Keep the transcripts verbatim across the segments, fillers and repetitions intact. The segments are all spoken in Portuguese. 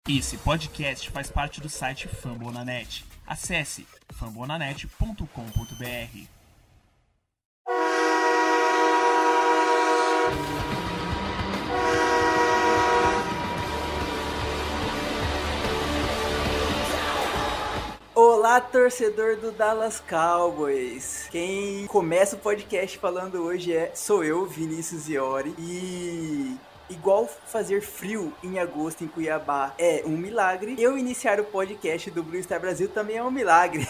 Esse podcast faz parte do site Fambonanet. Acesse fambonanet ponto com ponto b r. Olá, torcedor do Dallas Cowboys. Quem começa o podcast falando hoje é sou eu, Vinícius Iori, e igual fazer frio em agosto em Cuiabá é um milagre, eu iniciar o podcast do Blue Star Brasil também é um milagre.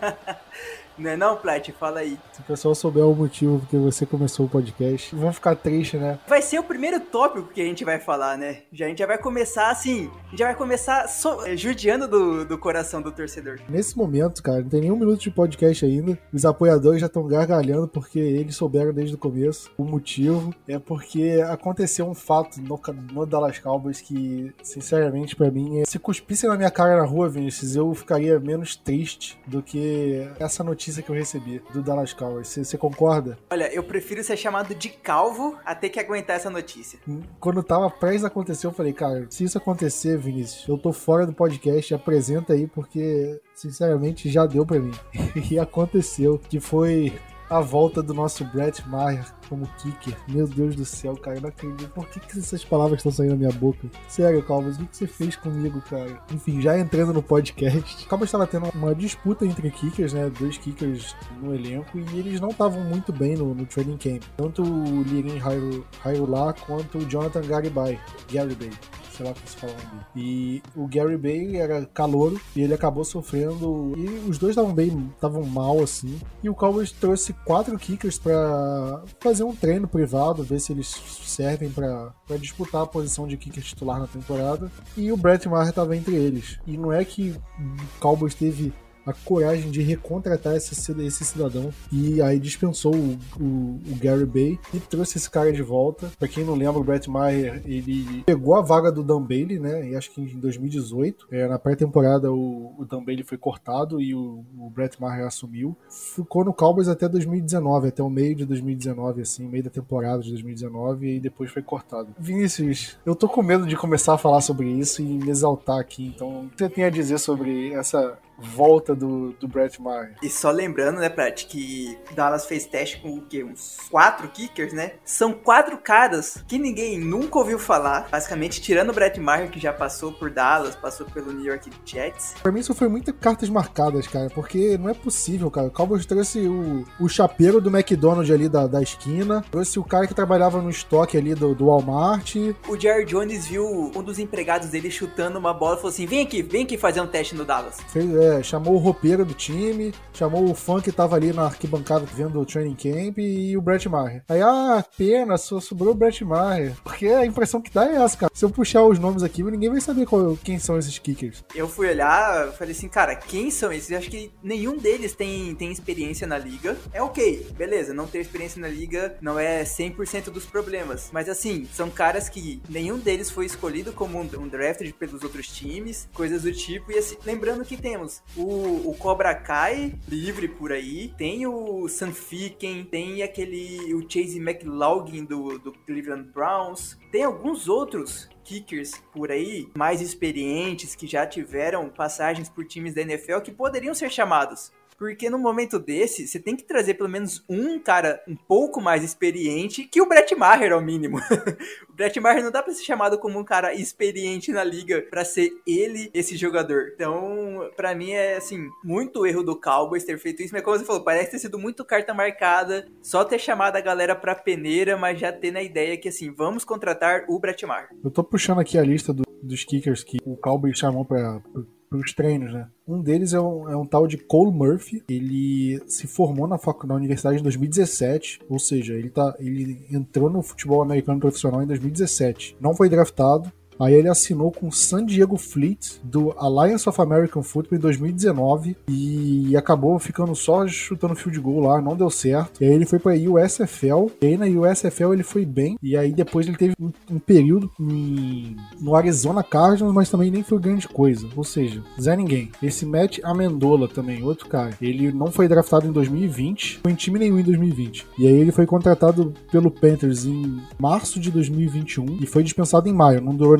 Não é não, Plat? Fala aí. Se o pessoal souber o motivo porque você começou o podcast, vão ficar tristes, né? Vai ser o primeiro tópico que a gente vai falar, né? Já, a gente já vai começar assim, a gente já vai começar so, judiando do, do coração do torcedor. Nesse momento, cara, não tem nenhum minuto de podcast ainda, os apoiadores já estão gargalhando porque eles souberam desde o começo. O motivo é porque aconteceu um fato no, no Dallas Cowboys que, sinceramente, pra mim, é, se cuspissem na minha cara na rua, Vinícius, eu ficaria menos triste do que essa notícia que eu recebi do Dallas Cowboys. Você concorda? Olha, eu prefiro ser chamado de calvo a ter que aguentar essa notícia. Quando tava prestes a acontecer, eu falei, cara, se isso acontecer, Vinícius, eu tô fora do podcast, apresenta aí, porque, sinceramente, já deu pra mim. E aconteceu, que foi a volta do nosso Brett Maher como kicker. Meu Deus do céu, cara, eu não acredito. Por que, que essas palavras estão saindo da minha boca? Sério, Calvas, o que, que você fez comigo, cara? Enfim, já entrando no podcast, o Calvas estava tendo uma disputa entre kickers, né? Dois kickers no elenco, e eles não estavam muito bem no, no training camp. Tanto o Lirim Hairola quanto o Jonathan Garibay, Garibay. sei lá como se fala o nome. E o Gary Bay era calouro e ele acabou sofrendo, e os dois estavam bem, estavam mal assim, e o Cowboys trouxe quatro kickers pra fazer um treino privado, ver se eles servem pra, pra disputar a posição de kicker titular na temporada, e o Brett Maher estava entre eles. E não é que o Cowboys teve a coragem de recontratar esse, esse cidadão e aí dispensou o, o, o Gary Bay e trouxe esse cara de volta. Pra quem não lembra, o Brett Maher, ele pegou a vaga do Dan Bailey, né, e acho que em dois mil e dezoito, é, na pré-temporada o, o Dan Bailey foi cortado e o, o Brett Maher assumiu. Ficou no Cowboys até dois mil e dezenove, até o meio de dois mil e dezenove, assim, meio da temporada de dois mil e dezenove, e depois foi cortado. Vinícius, eu tô com medo de começar a falar sobre isso e me exaltar aqui, então o que você tem a dizer sobre essa volta do, do Brett Maher? E só lembrando, né, Prat, que Dallas fez teste com o quê? Uns quatro kickers, né? São quatro caras que ninguém nunca ouviu falar, basicamente tirando o Brett Maher, que já passou por Dallas, passou pelo New York Jets. Pra mim isso foi muitas cartas marcadas, cara, porque não é possível, cara. O Cowboys trouxe o, o chapeiro do McDonald's ali da, da esquina, trouxe o cara que trabalhava no estoque ali do, do Walmart. O Jerry Jones viu um dos empregados dele chutando uma bola e falou assim, vem aqui, vem aqui fazer um teste no Dallas. Fez, é, chamou o roupeiro do time, chamou o fã que tava ali na arquibancada vendo o training camp e o Brett Maher. Aí, ah, pena, só sobrou o Brett Maher. Porque a impressão que dá é essa, cara. Se eu puxar os nomes aqui, ninguém vai saber qual, quem são esses kickers. Eu fui olhar, falei assim, cara, quem são esses? Eu acho que nenhum deles tem, tem experiência na liga. É ok, beleza, não ter experiência na liga não é cem por cento dos problemas. Mas assim, são caras que nenhum deles foi escolhido como um, um draft pelos outros times, coisas do tipo. E assim, lembrando que temos o, o Cobra Kai livre por aí, tem o Sam Ficken, tem aquele o Chase McLaughlin do, do Cleveland Browns, tem alguns outros kickers por aí, mais experientes, que já tiveram passagens por times da N F L, que poderiam ser chamados. Porque no momento desse, você tem que trazer pelo menos um cara um pouco mais experiente que o Brett Maher, ao mínimo. O Brett Maher não dá pra ser chamado como um cara experiente na liga pra ser ele esse jogador. Então, pra mim é, assim, muito erro do Cowboys ter feito isso. Mas como você falou, parece ter sido muito carta marcada, só ter chamado a galera pra peneira, mas já ter na ideia que, assim, vamos contratar o Brett Maher. Eu tô puxando aqui a lista do, dos kickers que o Cowboys chamou pra... os treinos, né? Um deles é um, é um tal de Cole Murphy. Ele se formou na, fac... na universidade em dois mil e dezessete, ou seja, ele, tá, ele entrou no futebol americano profissional em dois mil e dezessete. Não foi draftado. Aí ele assinou com o San Diego Fleet do Alliance of American Football em dois mil e dezenove e acabou ficando só chutando field goal lá, não deu certo. E aí ele foi pra U S F L, e aí na U S F L ele foi bem, e aí depois ele teve um, um período em, no Arizona Cardinals, mas também nem foi grande coisa, ou seja, Zé ninguém. Esse Matt Amendola também, outro cara, ele não foi draftado em dois mil e vinte, foi em time nenhum em dois mil e vinte, e aí ele foi contratado pelo Panthers em março de dois mil e vinte e um e foi dispensado em maio, não durou nem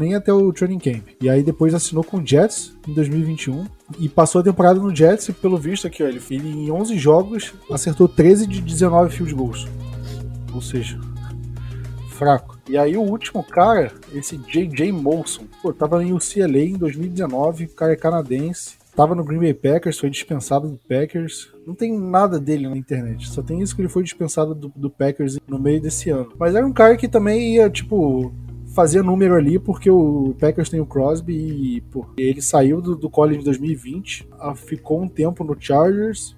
nem até o training camp. E aí depois assinou com o Jets em dois mil e vinte e um e passou a temporada no Jets e pelo visto aqui, ó, ele, ele em onze jogos acertou treze de dezenove field goals. Ou seja, fraco. E aí o último cara, esse J J Molson, pô, tava em U C L A em dois mil e dezenove, o cara é canadense, tava no Green Bay Packers, foi dispensado do Packers. Não tem nada dele na internet, só tem isso que ele foi dispensado do, do Packers no meio desse ano. Mas era um cara que também ia, tipo, fazer número ali porque o Packers tem o Crosby e pô, ele saiu do, do college de dois mil e vinte, ficou um tempo no Chargers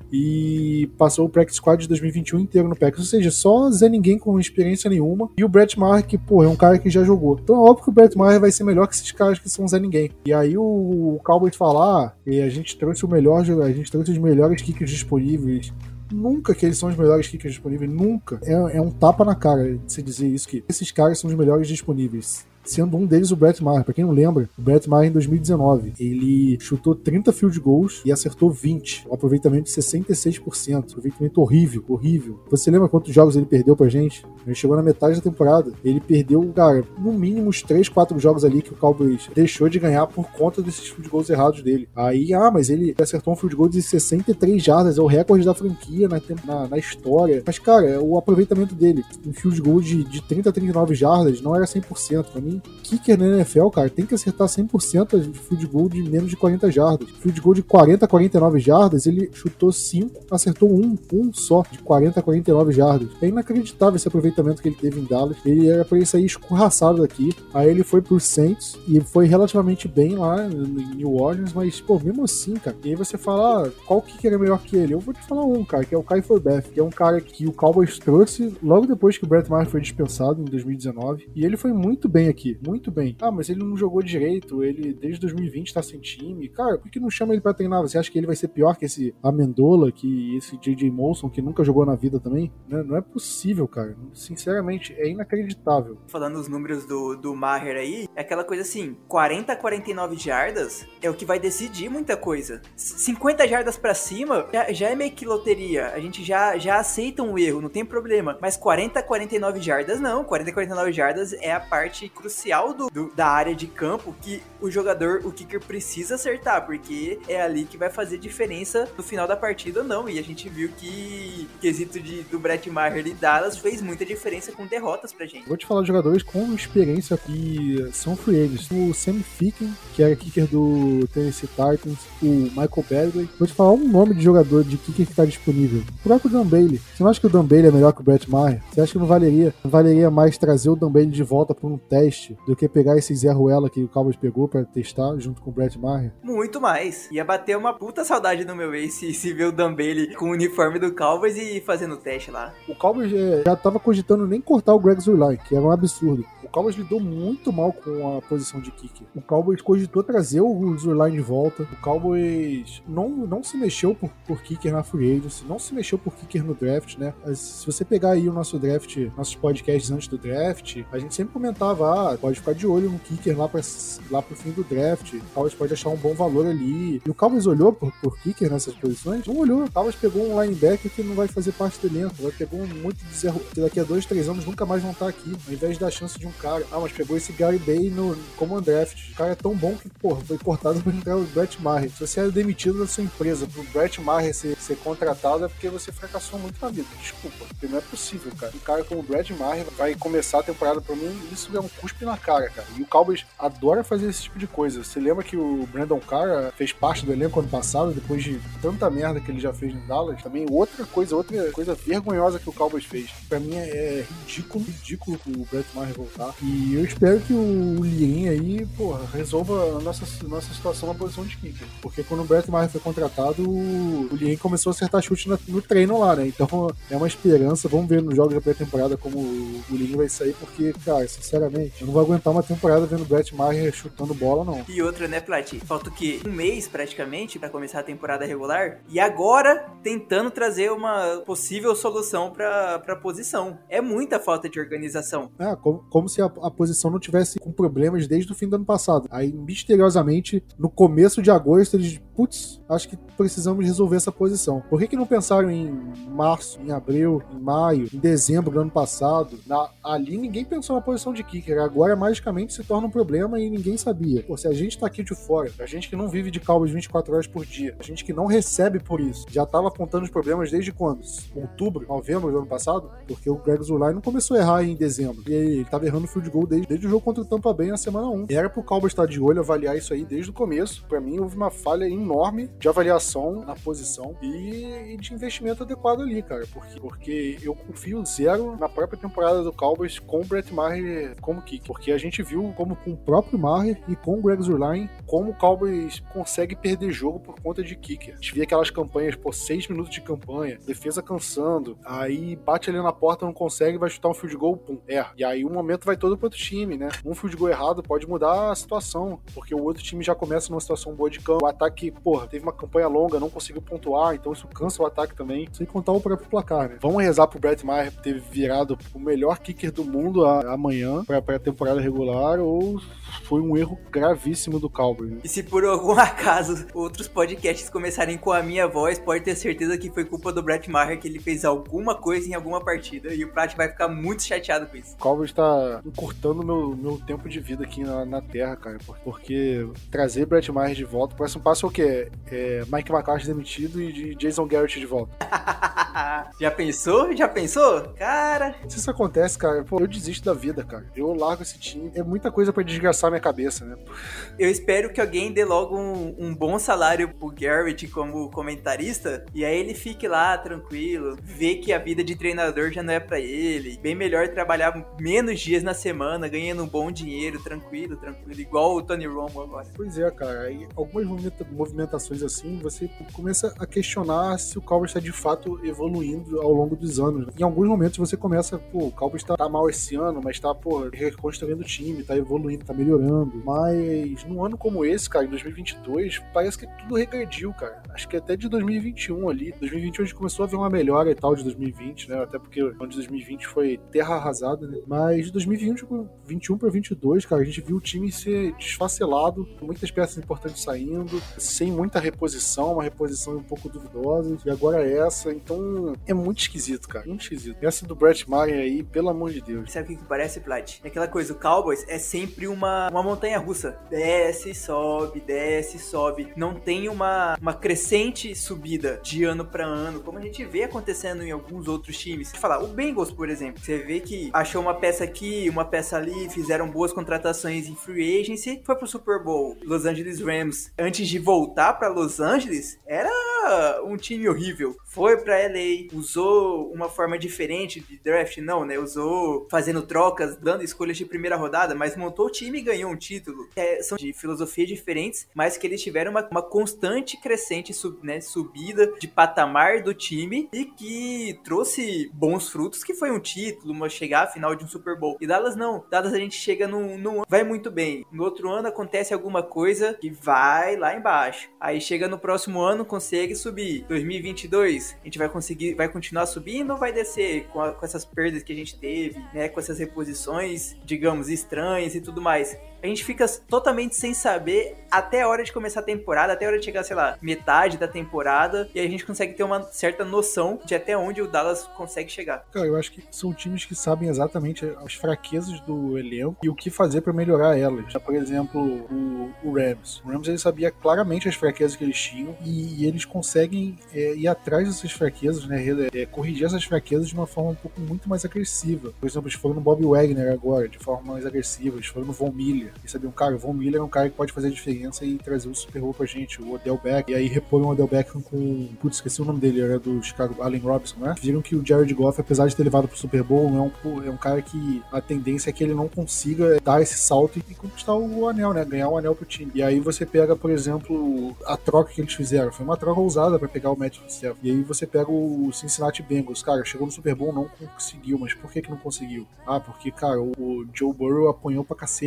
e passou o practice squad de dois mil e vinte e um inteiro no Packers, ou seja, só Zé Ninguém com experiência nenhuma, e o Brett Maher que, pô, é um cara que já jogou. Então é óbvio que o Brett Maher vai ser melhor que esses caras que são Zé Ninguém. E aí o, o Cowboys falar, ah, a gente trouxe o melhor, a gente trouxe os melhores kickers disponíveis. Nunca que eles são os melhores kickers disponíveis, nunca. É, é um tapa na cara de se dizer isso, que esses caras são os melhores disponíveis. Sendo um deles o Brett Maher. Pra quem não lembra, o Brett Maher em dois mil e dezenove, ele chutou trinta field goals e acertou vinte. Um aproveitamento de sessenta e seis por cento. Aproveitamento horrível, horrível. Você lembra quantos jogos ele perdeu pra gente? Ele chegou na metade da temporada. Ele perdeu, cara, no mínimo uns três, quatro jogos ali que o Cowboys deixou de ganhar por conta desses field goals errados dele. Aí, ah, mas ele acertou um field goal de sessenta e três jardas, é o recorde da franquia na, na, na história. Mas, cara, o aproveitamento dele em field goal de, de trinta a trinta e nove jardas não era cem por cento. Pra mim, kicker na N F L, cara, tem que acertar cem por cento de field goal de menos de quarenta jardas. Field goal de quarenta a quarenta e nove jardas, ele chutou cinco, acertou um, um só, de quarenta a quarenta e nove jardas. É inacreditável esse aproveitamento que ele teve em Dallas. Ele era pra ele sair escorraçado daqui. Aí ele foi pro Saints e foi relativamente bem lá em New Orleans, mas, pô, mesmo assim, cara. E aí você fala, ah, qual kicker é melhor que ele? Eu vou te falar um, cara, que é o Kai Forbath, que é um cara que o Cowboys trouxe logo depois que o Brett Maher foi dispensado em dois mil e dezenove. E ele foi muito bem aqui, muito bem. Ah, mas ele não jogou direito, ele desde dois mil e vinte tá sem time. Cara, por que não chama ele pra treinar? Você acha que ele vai ser pior que esse Amendola, que esse J J Molson, que nunca jogou na vida também? Não, não é possível, cara. Sinceramente, é inacreditável. Falando os números do, do Maher aí, é aquela coisa assim, quarenta a quarenta e nove jardas é o que vai decidir muita coisa. cinquenta jardas pra cima já, já é meio que loteria. A gente já, já aceita um erro, não tem problema. Mas quarenta a quarenta e nove jardas não. quarenta a quarenta e nove jardas é a parte crucial do, do, da área de campo que o jogador, o kicker, precisa acertar, porque é ali que vai fazer diferença no final da partida ou não. E a gente viu que o quesito de, do Brett Maher e Dallas fez muita diferença com derrotas pra gente. Vou te falar de jogadores com experiência que são free agents. O Sam Ficken, que era kicker do Tennessee Titans, o Michael Bagley. Vou te falar um nome de jogador de kicker que tá disponível. O próprio Dan Bailey. Você não acha que o Dan Bailey é melhor que o Brett Maher? Você acha que não valeria, não valeria mais trazer o Dan Bailey de volta pra um teste do que pegar esse Zé Ruela que o Cowboys pegou pra testar junto com o Brett Maher? Muito mais. Ia bater uma puta saudade no meu ex se, se ver o Dan Bailey com o uniforme do Cowboys e fazendo teste lá. O Cowboys é, já tava cogitando nem cortar o Greg Zuerlein, que era um absurdo. O Cowboys lidou muito mal com a posição de kicker. O Cowboys cogitou trazer o Zuerlein de volta. O Cowboys não, não se mexeu por, por kicker na free agency, não se mexeu por kicker no draft, né? Se você pegar aí o nosso draft, nossos podcasts antes do draft, a gente sempre comentava, ah, pode ficar de olho no kicker lá, pra, lá pro fim do draft. O Cowboys pode achar um bom valor ali. E o Cowboys olhou por, por kicker nessas posições? Não olhou. O Cowboys pegou um linebacker que não vai fazer parte do elenco. Vai pegar um muito de zero, que daqui a dois, três anos nunca mais vão estar aqui. Ao invés de dar chance de um cara. Ah, mas pegou esse Gary Bay no, como draft. O cara é tão bom que, porra, foi cortado pra entrar o Brett Maher. Se você é demitido da sua empresa pro Brett Maher ser, ser contratado, é porque você fracassou muito na vida. Desculpa, porque não é possível, cara. Um cara como o Brett Maher vai começar a temporada pra mim, isso é um cuspe na cara, cara. E o Cowboys adora fazer esse tipo de coisa. Você lembra que o Brandon Carr fez parte do elenco ano passado, depois de tanta merda que ele já fez em Dallas? Também outra coisa, outra coisa vergonhosa que o Cowboys fez. Pra mim é ridículo, ridículo o Brett Maher voltar. E eu espero que o Lirin aí, porra, resolva a nossa, nossa situação na posição de kicker. Porque quando o Brett Maher foi contratado, o Lirin começou a acertar chute no, no treino lá, né? Então é uma esperança. Vamos ver nos jogos da pré-temporada como o Lirin vai sair, porque, cara, sinceramente, eu não vou aguentar uma temporada vendo o Brett Maher chutando bola, não. E outra, né, Plat? Falta o quê? Um mês, praticamente, pra começar a temporada regular. E agora, tentando trazer uma possível solução pra, pra posição. É muita falta de organização. É, como, como se a, a posição não tivesse com problemas desde o fim do ano passado. Aí, misteriosamente, no começo de agosto, eles putz, acho que precisamos resolver essa posição. Por que que não pensaram em março, em abril, em maio, em dezembro do ano passado? Na, ali ninguém pensou na posição de kicker. Agora, magicamente, se torna um problema e ninguém sabia. Pô, se a gente tá aqui de fora, a gente que não vive de Cowboys vinte e quatro horas por dia, a gente que não recebe por isso, já tava apontando os problemas desde quando? Outubro, novembro do ano passado? Porque o Greg Zuerlein não começou a errar em dezembro. E ele tava errando field goal desde, desde o jogo contra o Tampa Bay na semana um. E era pro Cowboys estar de olho, avaliar isso aí desde o começo. Pra mim, houve uma falha enorme de avaliação na posição e, e de investimento adequado ali, cara. Porque, porque eu confio zero na própria temporada do Cowboys com o Brett Maher como kicker. Porque a gente viu como com o próprio Maher e com o Greg Zuerlein, como o Cowboys consegue perder jogo por conta de kicker. A gente via aquelas campanhas, por seis minutos de campanha, defesa cansando, aí bate ali na porta, não consegue, vai chutar um field goal, pum, erra. E aí o momento vai todo pro outro time, né? Um field goal errado pode mudar a situação, porque o outro time já começa numa situação boa de campo. O ataque, porra, teve uma campanha longa, não conseguiu pontuar, então isso cansa o ataque também, sem contar o próprio placar, né? Vamos rezar pro Brett Maher ter virado o melhor kicker do mundo a, amanhã pra, pra temporada regular, ou foi um erro gravíssimo do Cowboys, né? E se por algum acaso outros podcasts começarem com a minha voz, pode ter certeza que foi culpa do Brett Maher, que ele fez alguma coisa em alguma partida, e o Prat vai ficar muito chateado com isso. O Cowboys tá encurtando meu, meu tempo de vida aqui na, na Terra, cara, porque trazer Brett Maher de volta, o próximo passo é o quê? É Mike McCarthy demitido e de Jason Garrett de volta. Já pensou? Já pensou? Cara... Se isso acontece, cara, pô, eu desisto da vida, cara. Eu largo esse time. É muita coisa pra desgraçar minha cabeça, né? Eu espero que alguém dê logo um, um bom salário pro Garrett como comentarista, e aí ele fique lá, tranquilo, vê que a vida de treinador já não é pra ele. Bem melhor trabalhar menos dias na semana, ganhando um bom dinheiro, tranquilo, tranquilo, igual o Tony Romo agora. Pois é, cara. Aí, algumas movimentações assim, você começa a questionar se o Cowboys está de fato evoluindo ao longo dos anos. Em alguns momentos você começa, pô, o Cowboys tá, tá mal esse ano, mas tá, pô, reconstruindo o time, tá evoluindo, tá melhorando. Mas num ano como esse, cara, em dois mil e vinte e dois, parece que tudo regrediu, cara. Acho que até de dois mil e vinte e um ali. dois mil e vinte e um a gente começou a ver uma melhora e tal de dois mil e vinte, né? Até porque o ano de dois mil e vinte foi terra arrasada, né? Mas de dois mil e vinte e um para vinte e dois, cara, a gente viu o time ser desfacelado, com muitas peças importantes saindo, sem muita reposição, uma reposição um pouco duvidosa, e agora essa. Então é muito esquisito, cara. Muito esquisito. Essa do Brett Maher aí, pelo amor de Deus. Sabe o que que parece, Plat? É aquela coisa, o Cowboys é sempre uma, uma montanha russa. Desce, sobe, desce, sobe. Não tem uma, uma crescente subida de ano pra ano, como a gente vê acontecendo em alguns outros times. Deixa eu falar, o Bengals, por exemplo, você vê que achou uma peça aqui, uma peça ali, fizeram boas contratações em free agency, foi pro Super Bowl. Los Angeles Rams, antes de voltar pra Los Angeles, era um time horrível. Foi pra L A, usou uma forma diferente de draft, não, né? Usou fazendo trocas, dando escolhas de primeira rodada, mas montou o time e ganhou um título. É, são de filosofias diferentes, mas que eles tiveram uma, uma constante crescente sub, né, subida de patamar do time e que trouxe bons frutos, que foi um título, uma chegar à final de um Super Bowl. E Dallas não. Dallas a gente chega num, num vai muito bem. No outro ano acontece alguma coisa que vai lá embaixo. Aí chega no próximo ano, consegue subir. dois mil e vinte e dois, a gente vai conseguir, vai continuar subindo ou vai descer com, a, com essas perdas que a gente teve, né, com essas reposições, digamos, estranhas e tudo mais. A gente fica totalmente sem saber até a hora de começar a temporada, até a hora de chegar, sei lá, metade da temporada, e aí a gente consegue ter uma certa noção de até onde o Dallas consegue chegar. Cara, eu acho que são times que sabem exatamente as fraquezas do elenco e o que fazer pra melhorar elas. Por exemplo, o, o Rams. O Rams, ele sabia claramente as fraquezas que eles tinham e, e eles conseguem é, ir atrás dessas fraquezas, né, é, corrigir essas fraquezas de uma forma um pouco muito mais agressiva. Por exemplo, eles foram no Bob Wagner agora, de forma mais agressiva. Eles foram no Von Miller. E sabiam, cara, o Von Miller é um cara que pode fazer a diferença e trazer o Super Bowl pra gente, o Odell Beckham. E aí repõe o Odell Beckham com... Putz, esqueci o nome dele, era do Chicago, Allen Robinson, né? Viram que o Jared Goff, apesar de ter levado pro Super Bowl, é um, é um cara que a tendência é que ele não consiga dar esse salto e conquistar o anel, né? Ganhar o anel pro time. E aí você pega, por exemplo, a troca que eles fizeram. Foi uma troca ousada pra pegar o Matt Stafford. E aí você pega o Cincinnati Bengals. Cara, chegou no Super Bowl, não conseguiu. Mas por que que não conseguiu? Ah, porque, cara, o Joe Burrow apanhou pra cacete também.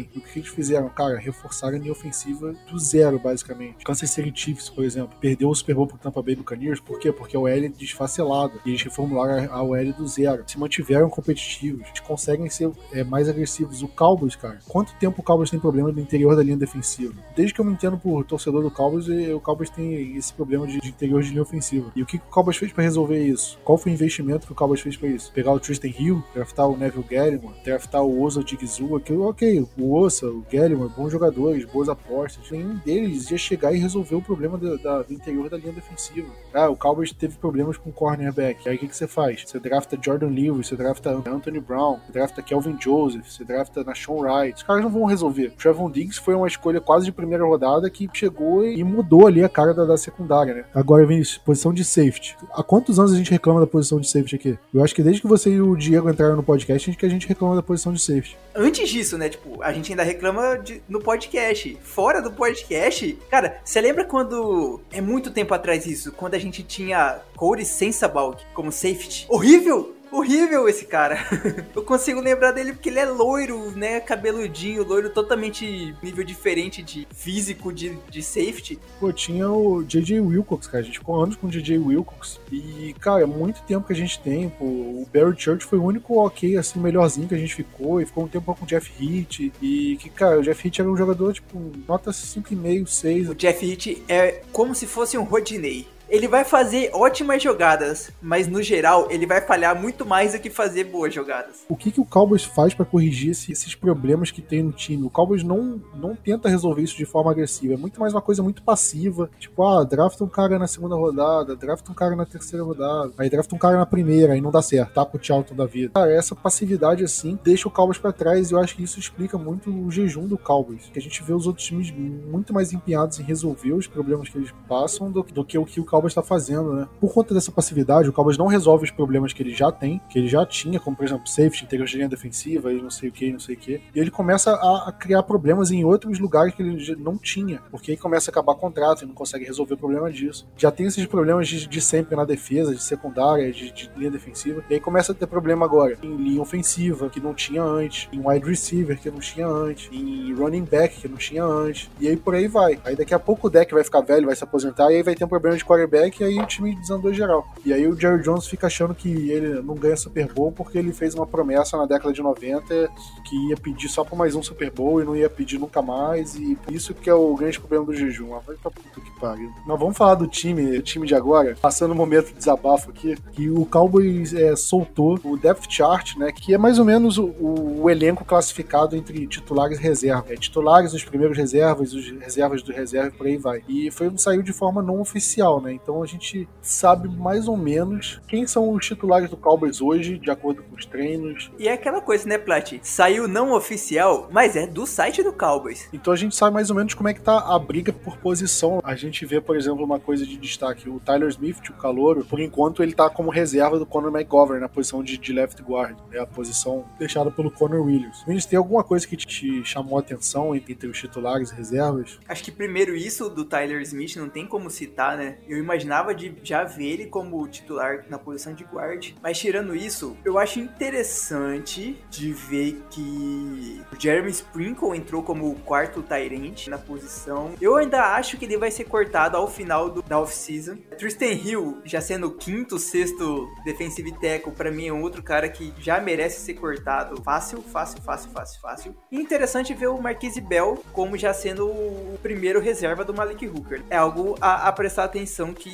bem. E o que eles fizeram? Cara, reforçaram a linha ofensiva do zero, basicamente. Kansas City Chiefs, por exemplo, perdeu o Super Bowl pro Tampa Bay Buccaneers. Por quê? Porque a O L é desfacelada. E eles reformularam a O L do zero. Se mantiveram competitivos. Eles conseguem ser é, mais agressivos. O Cowboys, cara, quanto tempo o Cowboys tem problema no interior da linha defensiva? Desde que eu me entendo por torcedor do Cowboys, o Cowboys tem esse problema de, de interior de linha ofensiva. E o que, que o Cowboys fez pra resolver isso? Qual foi o investimento que o Cowboys fez pra isso? Pegar o Tristan Hill, draftar o Neville Gallimore, draftar o Osa Odigizua, que ok, o Osa, o Gallimore, bons jogadores, boas apostas. Nenhum deles ia chegar e resolver o problema do, da, do interior da linha defensiva. Ah, o Cowboys teve problemas com o cornerback. Aí o que, que você faz? Você drafta Jordan Lewis, você drafta Anthony Brown, você drafta Kelvin Joseph, você drafta Nashon Wright. Os caras não vão resolver. O Trevon Diggs foi uma escolha quase de primeira rodada que chegou e mudou ali a cara da, da secundária, né? Agora, Vinícius, posição de safety. Há quantos anos a gente reclama da posição de safety aqui? Eu acho que desde que você e o Diego entraram no podcast, que a gente reclama da posição de safety. Antes disso, né, tipo, a gente ainda reclama de, no podcast. Fora do podcast, cara, você lembra quando, é muito tempo atrás isso, quando a gente tinha Corey Sensabaugh como safety? Horrível! Horrível esse cara. Eu consigo lembrar dele porque ele é loiro, né? Cabeludinho, loiro, totalmente nível diferente de físico de, de safety. Pô, tinha o J J Wilcox, cara. A gente ficou anos com o J J Wilcox. E, cara, é muito tempo que a gente tem. Pô, o Barry Church foi o único ok, assim, melhorzinho que a gente ficou. E ficou um tempo com o Jeff Heath. E que, cara, o Jeff Heath era um jogador, tipo, nota cinco vírgula cinco, seis. O Jeff Heath é como se fosse um Rodinei. Ele vai fazer ótimas jogadas, mas no geral ele vai falhar muito mais do que fazer boas jogadas. O que, que o Cowboys faz pra corrigir esse, esses problemas que tem no time? O Cowboys não, não tenta resolver isso de forma agressiva, é muito mais uma coisa muito passiva, tipo, ah, drafta um cara na segunda rodada, drafta um cara na terceira rodada, aí drafta um cara na primeira, aí não dá certo, tá pro Charlton da vida. Cara, essa passividade assim deixa o Cowboys pra trás e eu acho que isso explica muito o jejum do Cowboys, que a gente vê os outros times muito mais empenhados em resolver os problemas que eles passam do, do que o que o Cowboys está fazendo, né? Por conta dessa passividade, o Cowboys não resolve os problemas que ele já tem, que ele já tinha, como por exemplo, safety, interior de linha defensiva, e não sei o que, não sei o que. E ele começa a, a criar problemas em outros lugares que ele não tinha, porque aí começa a acabar contrato e não consegue resolver o problema disso. Já tem esses problemas de, de sempre na defesa, de secundária, de, de linha defensiva, e aí começa a ter problema agora em linha ofensiva, que não tinha antes, em wide receiver, que não tinha antes, em running back, que não tinha antes, e aí por aí vai. Aí daqui a pouco o deck vai ficar velho, vai se aposentar, e aí vai ter um problema de quarterback, e aí o time desandou geral. E aí o Jerry Jones fica achando que ele não ganha Super Bowl porque ele fez uma promessa na década de noventa que ia pedir só por mais um Super Bowl e não ia pedir nunca mais, e isso que é o grande problema do jejum. Ah, vai pra puta que pariu. Nós vamos falar do time, o time de agora, passando um momento de desabafo aqui, que o Cowboys é, soltou o depth chart, né, que é mais ou menos o, o, o elenco classificado entre titulares e reservas. É, titulares, os primeiros reservas, os reservas do reserva, por aí vai. E foi, saiu de forma não oficial, né? Então a gente sabe mais ou menos quem são os titulares do Cowboys hoje, de acordo com os treinos. E é aquela coisa, né, Plat? Saiu não oficial, mas é do site do Cowboys. Então a gente sabe mais ou menos como é que tá a briga por posição. A gente vê, por exemplo, uma coisa de destaque. O Tyler Smith, o calouro, por enquanto ele tá como reserva do Conor McGovern na posição de, de left guard. É a posição deixada pelo Conor Williams. Vinícius, tem alguma coisa que te chamou a atenção entre, entre os titulares e reservas? Acho que primeiro isso do Tyler Smith não tem como citar, né? Eu imaginava de já ver ele como titular na posição de guard, mas tirando isso, eu acho interessante de ver que o Jeremy Sprinkle entrou como quarto tight end na posição. Eu ainda acho que ele vai ser cortado ao final do, da off-season. Tristan Hill, já sendo o quinto, sexto defensive tackle, pra mim é um outro cara que já merece ser cortado fácil, fácil, fácil, fácil, fácil. E interessante ver o Marquise Bell como já sendo o primeiro reserva do Malik Hooker. É algo a, a prestar atenção, que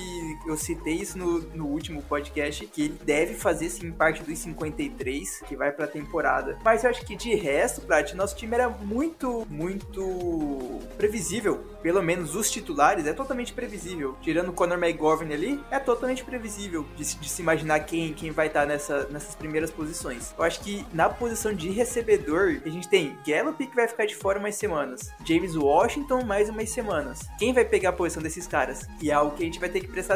eu citei isso no, no último podcast, que ele deve fazer sim parte dos cinquenta e três, que vai pra temporada. Mas eu acho que de resto, Plat, nosso time era muito, muito previsível. Pelo menos os titulares é totalmente previsível. Tirando o Conor McGovern ali, é totalmente previsível de, de se imaginar quem, quem vai estar nessa, nessas primeiras posições. Eu acho que na posição de recebedor, a gente tem Gallup, que vai ficar de fora umas semanas, James Washington mais umas semanas. Quem vai pegar a posição desses caras? E é algo que a gente vai ter que prestar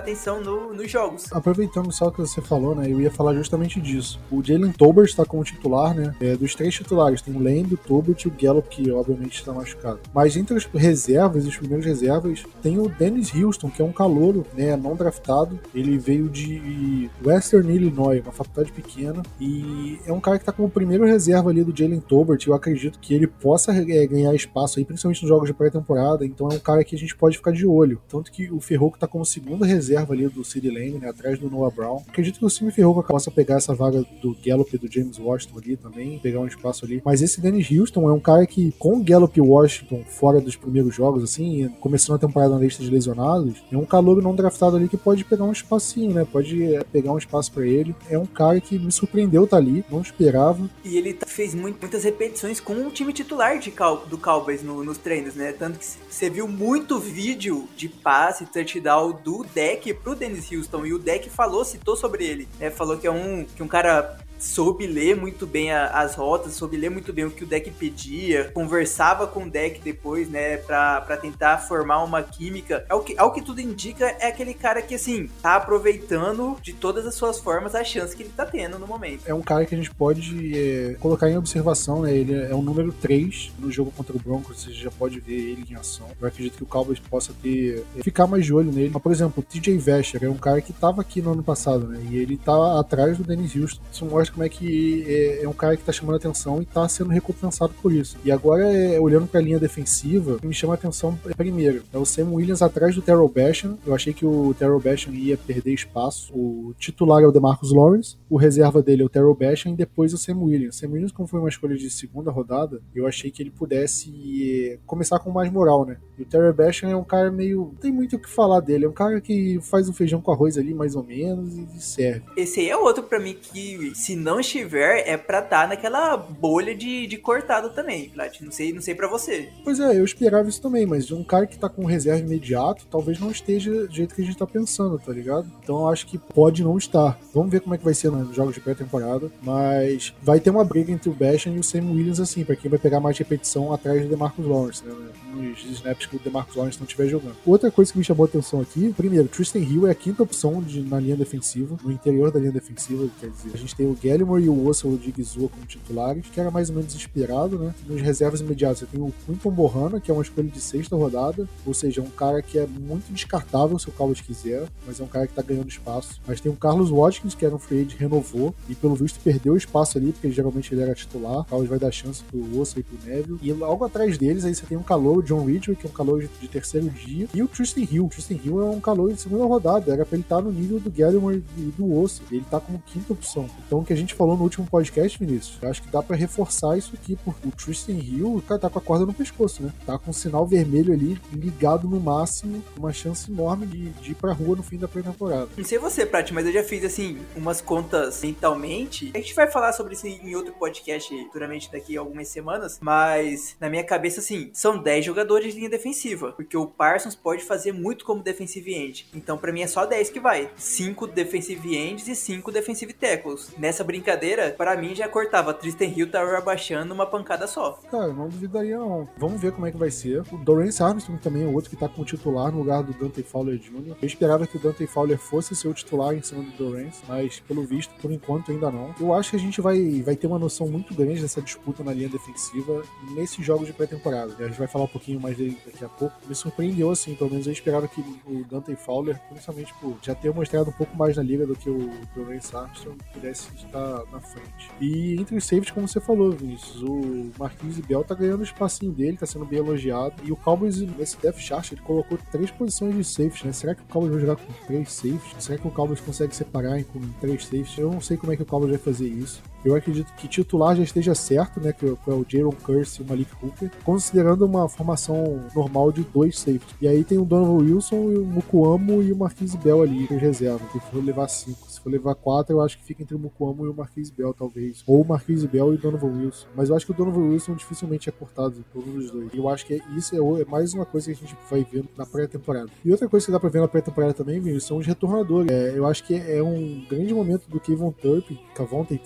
atenção no, nos jogos. Aproveitando só o que você falou, né, eu ia falar justamente disso. O Jalen Tolbert está como titular, né, é, dos três titulares, tem o Lamb, o Tolbert e o Gallup, que obviamente está machucado. Mas entre as reservas, os primeiros reservas, tem o Dennis Houston, que é um calouro, né, não draftado. Ele veio de Western Illinois, uma faculdade pequena, e é um cara que está como primeiro reserva ali do Jalen Tolbert. Eu acredito que ele possa é, ganhar espaço aí, principalmente nos jogos de pré-temporada, então é um cara que a gente pode ficar de olho. Tanto que o Ferroco está como segunda reserva ali do CeeDee Lamb, né, atrás do Noah Brown. Acredito que o Simi Ferroco possa pegar essa vaga do Gallup e do James Washington ali também, pegar um espaço ali. Mas esse Dennis Houston é um cara que, com o Gallup e o Washington fora dos primeiros jogos, assim, começando a temporada na lista de lesionados, é um calouro não draftado ali que pode pegar um espacinho, né? Pode pegar um espaço pra ele. É um cara que me surpreendeu tá ali, não esperava. E ele fez muito, muitas repetições com o time titular de Cal, do Cowboys no, nos treinos, né? Tanto que você viu muito vídeo de passe, touchdown do Dak pro Dennis Houston, e o Dak falou, citou sobre ele, né? Falou que é um, que um cara soube ler muito bem a, as rotas, soube ler muito bem o que o deck pedia, conversava com o deck depois, né, pra, pra tentar formar uma química. Ao que, ao que tudo indica, é aquele cara que, assim, tá aproveitando de todas as suas formas a chance que ele tá tendo no momento. É um cara que a gente pode é, colocar em observação, né, ele é o número três no jogo contra o Broncos, você já pode ver ele em ação. Eu acredito que o Cowboys possa ter, é, ficar mais de olho nele. Mas, por exemplo, o T J Vasher é um cara que tava aqui no ano passado, né, e ele tá atrás do Dennis Houston. Isso mostra como é que é, é um cara que tá chamando atenção e tá sendo recompensado por isso. E agora, é, olhando pra linha defensiva, o que me chama a atenção é, primeiro, é o Sam Williams atrás do Terrell Basham. Eu achei que o Terrell Basham ia perder espaço. O titular é o DeMarcus Lawrence, o reserva dele é o Terrell Basham e depois o Sam Williams. Sam Williams, como foi uma escolha de segunda rodada, eu achei que ele pudesse é, começar com mais moral, né? E o Terrell Basham é um cara meio... não tem muito o que falar dele. É um cara que faz um feijão com arroz ali, mais ou menos, e serve. Esse aí é outro pra mim que, se não estiver, é pra estar naquela bolha de, de cortado também, Plat. Não sei, não sei pra você. Pois é, eu esperava isso também, mas um cara que tá com reserva imediato, talvez não esteja do jeito que a gente tá pensando, tá ligado? Então eu acho que pode não estar. Vamos ver como é que vai ser nos jogos de pré-temporada, mas vai ter uma briga entre o Basham e o Sam Williams, assim, pra quem vai pegar mais repetição atrás do DeMarcus Lawrence, né? Nos snaps que o DeMarcus Lawrence não estiver jogando. Outra coisa que me chamou a atenção aqui, primeiro, Tristan Hill é a quinta opção de, na linha defensiva, no interior da linha defensiva, quer dizer, a gente tem o Gallimore e o Russell Odigizua como titulares, que era mais ou menos esperado, né? Nos reservas imediatos, você tem o Quinton Bohanna, que é uma escolha de sexta rodada, ou seja, um cara que é muito descartável se o Cowboys quiser, mas é um cara que tá ganhando espaço. Mas tem o Carlos Watkins, que era um free agent, renovou, e pelo visto perdeu espaço ali, porque geralmente ele era titular. O Cowboys vai dar chance pro Russell e pro Neville. E logo atrás deles, aí você tem um calouro, John Ridgway, que é um calouro de, de terceiro dia, e o Tristan Hill. O Tristan Hill é um calouro de segunda rodada, era pra ele estar no nível do Gallimore e do Russell. Ele tá como quinta opção. Então, o que a gente falou no último podcast, Vinícius, eu acho que dá pra reforçar isso aqui, porque o Tristan Hill, o cara tá com a corda no pescoço, né? Tá com o sinal vermelho ali, ligado no máximo, uma chance enorme de, de ir pra rua no fim da pré-temporada. Não sei você, Prat, mas eu já fiz, assim, umas contas mentalmente. A gente vai falar sobre isso em outro podcast, futuramente daqui a algumas semanas, mas na minha cabeça, assim, são dez jogadores de linha defensiva, porque o Parsons pode fazer muito como defensive end. Então, pra mim, é só dez que vai. cinco defensive ends e cinco defensive tackles. Nessa brincadeira, pra mim, já cortava Tristan Hill, tava abaixando uma pancada só. Cara, não duvidaria não. Vamos ver como é que vai ser. O Dorrance Armstrong também é outro que tá como titular no lugar do Dante Fowler Júnior Eu esperava que o Dante Fowler fosse ser o titular em cima do Dorrance, mas pelo visto, por enquanto, ainda não. Eu acho que a gente vai, vai ter uma noção muito grande dessa disputa na linha defensiva nesses jogos de pré-temporada. A gente vai falar um pouquinho mais dele daqui a pouco. Me surpreendeu, assim, pelo menos eu esperava que o Dante Fowler, principalmente por já ter mostrado um pouco mais na liga do que o Dorrance Armstrong, pudesse estar na frente. E entre os safeties, como você falou, Vinícius, o Marquise Bell tá ganhando o espacinho dele, tá sendo bem elogiado. E o Cowboys, nesse depth chart, ele colocou três posições de safety, né? Será que o Cowboys vai jogar com três safeties? Será que o Cowboys consegue separar com três safeties? Eu não sei como é que o Cowboys vai fazer isso. Eu acredito que titular já esteja certo, né? Que é o Jaron Kearse e o Malik Hooker, considerando uma formação normal de dois safeties. E aí tem o Donovan Wilson, e o Mukuamu e o Marquise Bell ali, em reserva. Se for levar cinco. Se for levar quatro, eu acho que fica entre o Mukuamu e o Marquise Bell, talvez. Ou o Marquise Bell e o Donovan Wilson. Mas eu acho que o Donovan Wilson dificilmente é cortado por um dos dois. E eu acho que isso é mais uma coisa que a gente vai ver na pré-temporada. E outra coisa que dá pra ver na pré-temporada também, viu, são os retornadores. É, eu acho que é um grande momento do Kevon Turpin, Cavonte Turpin, desculpa,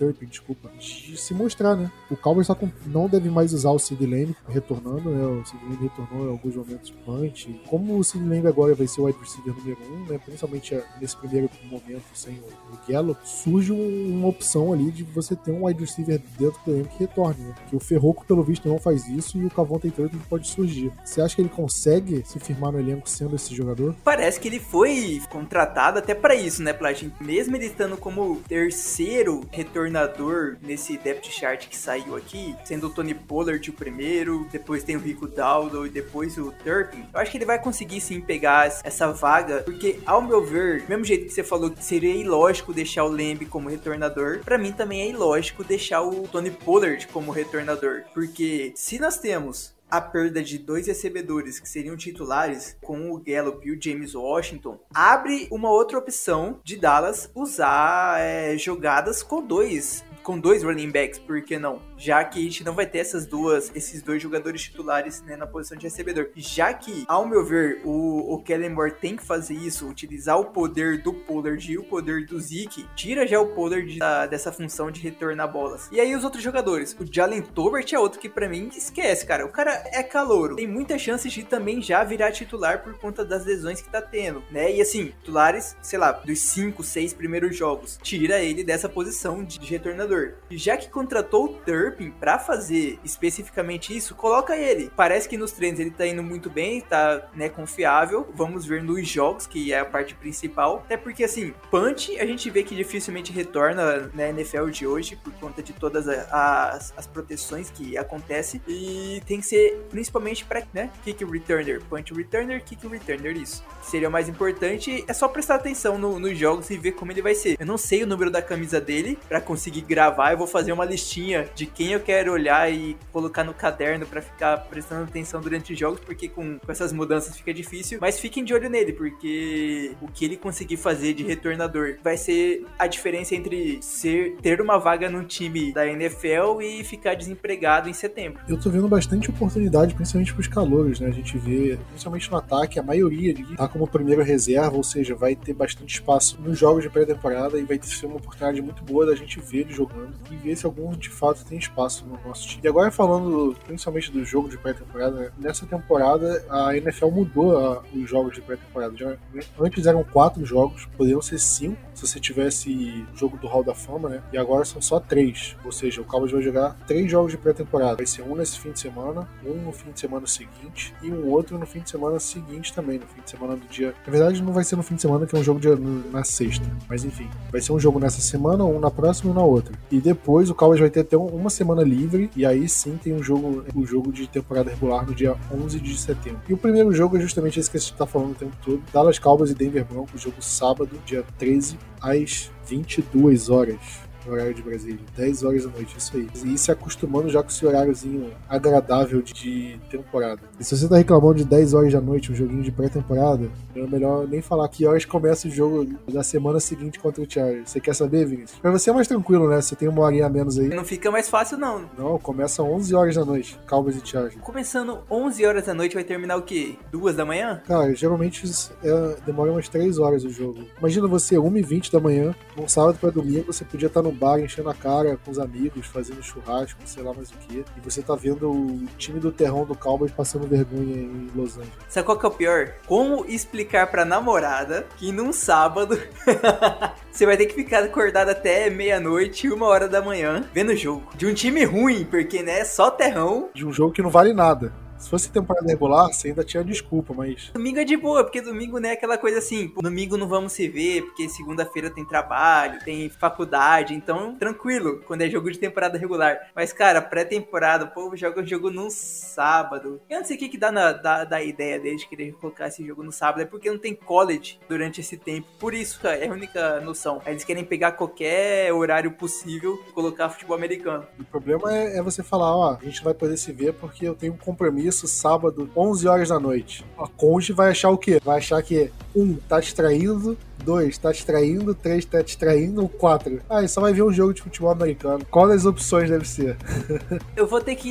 desculpa, de se mostrar, né? O Cowboys só com, não deve mais usar o Sid Lamb retornando, né? O Sid Lamb retornou em alguns momentos punch. Como o Sid Lamb agora vai ser o wide receiver número um, né? Principalmente nesse primeiro momento sem o, o Gallup, surge um, uma opção ali de você ter um wide receiver dentro do elenco que retorne, né? Que o Ferroco, pelo visto, não faz isso e o Cavonte Turpin pode surgir. Você acha que ele consegue se firmar no elenco sendo esse jogador? Parece que ele foi contratado até pra isso, né, Platin? Mesmo ele estando como terceiro retornador nesse depth chart que saiu aqui, sendo o Tony Pollard o primeiro, depois tem o Rico Dowdle e depois o Turpin, eu acho que ele vai conseguir sim pegar essa vaga, porque ao meu ver, do mesmo jeito que você falou que seria ilógico deixar o Lamb como retornador, pra mim também é ilógico deixar o Tony Pollard como retornador, porque se nós temos a perda de dois recebedores que seriam titulares com o Gallup e o James Washington, abre uma outra opção de Dallas usar é, jogadas com dois com dois running backs, por que não? Já que a gente não vai ter essas duas, esses dois jogadores titulares, né, na posição de recebedor. Já que, ao meu ver, o, o Kellen Moore tem que fazer isso, utilizar o poder do Pollard e o poder do Zeke, tira já o Pollard da, dessa função de retornar bolas. E aí os outros jogadores, o Jalen Tolbert é outro que pra mim esquece, cara. O cara é calouro, tem muitas chances de também já virar titular por conta das lesões que tá tendo, né? E assim, titulares, sei lá, dos cinco, seis primeiros jogos, tira ele dessa posição de, de retornador. E já que contratou o Turpin pra fazer especificamente isso, coloca ele. Parece que nos treinos ele tá indo muito bem, tá, né, confiável. Vamos ver nos jogos, que é a parte principal. Até porque, assim, punch a gente vê que dificilmente retorna na N F L de hoje, por conta de todas as, as proteções que acontecem. E tem que ser principalmente pra, né, kick returner, punch returner, kick returner, isso. Seria o mais importante, é só prestar atenção no, nos jogos e ver como ele vai ser. Eu não sei o número da camisa dele pra conseguir gravar, eu vou fazer uma listinha de quem eu quero olhar e colocar no caderno pra ficar prestando atenção durante os jogos, porque com, com essas mudanças fica difícil, mas fiquem de olho nele, porque o que ele conseguir fazer de retornador vai ser a diferença entre ser, ter uma vaga num time da N F L e ficar desempregado em setembro. Eu tô vendo bastante oportunidade, principalmente pros calouros, né? A gente vê, principalmente no ataque, a maioria ali tá como primeiro reserva, ou seja, vai ter bastante espaço nos jogos de pré-temporada e vai ser uma oportunidade muito boa da gente ver ele jogando e ver se algum de fato tem espaço no nosso time. E agora falando principalmente do jogo de pré-temporada, né? Nessa temporada a N F L mudou a, os jogos de pré-temporada. Já, antes eram quatro jogos, poderiam ser cinco se você tivesse jogo do Hall da Fama, né? E agora são só três, ou seja, o Cowboys vai jogar três jogos de pré-temporada. Vai ser um nesse fim de semana, um no fim de semana seguinte e um outro no fim de semana seguinte também, no fim de semana do dia... Na verdade não vai ser no fim de semana, que é um jogo de, na sexta, mas enfim, vai ser um jogo nessa semana, um na próxima e um na outra. E depois o Cowboys vai ter até uma semana livre, e aí sim tem um jogo, o jogo de temporada regular no dia onze de setembro. E o primeiro jogo é justamente esse que a gente tá falando o tempo todo, Dallas Cowboys e Denver Broncos, jogo sábado, dia treze, às vinte e duas horas. No horário de Brasília, dez horas da noite, isso aí. E se acostumando já com esse horáriozinho agradável de, de temporada. E se você tá reclamando de dez horas da noite, um joguinho de pré-temporada, é melhor nem falar que horas começa o jogo da semana seguinte contra o Chargers. Você quer saber, Vinícius? Pra você é mais tranquilo, né? Você tem uma horinha a menos aí. Não fica mais fácil, não. Não, começa onze horas da noite, Cowboys e Chargers. Começando onze horas da noite, vai terminar o quê? duas da manhã? Cara, geralmente é, demora umas três horas o jogo. Imagina você, uma e vinte da manhã, num sábado pra domingo, você podia estar no bar enchendo a cara com os amigos, fazendo churrasco, sei lá mais o que, e você tá vendo o time do terrão do Cowboys passando vergonha em Los Angeles. Sabe qual que é o pior? Como explicar pra namorada que num sábado você vai ter que ficar acordado até meia-noite, uma hora da manhã, vendo o jogo de um time ruim, porque, né, só terrão. De um jogo que não vale nada. Se fosse temporada regular, você ainda tinha desculpa, mas... Domingo é de boa, porque domingo não é aquela coisa assim, pô, domingo não vamos se ver, porque segunda-feira tem trabalho, tem faculdade, então tranquilo, quando é jogo de temporada regular. Mas, cara, pré-temporada, o povo joga o jogo num sábado. Eu não sei o que que dá na da, da ideia deles de querer colocar esse jogo no sábado, é porque não tem college durante esse tempo. Por isso, cara, é a única noção. Eles querem pegar qualquer horário possível e colocar futebol americano. O problema é, é você falar, ó, a gente vai poder se ver porque eu tenho um compromisso isso sábado, onze horas da noite. A Conge vai achar o quê? Vai achar que, um, tá distraído, dois, tá distraindo. três, tá distraindo. quatro, ah, só vai ver um jogo de futebol americano. Qual das opções deve ser? Eu vou ter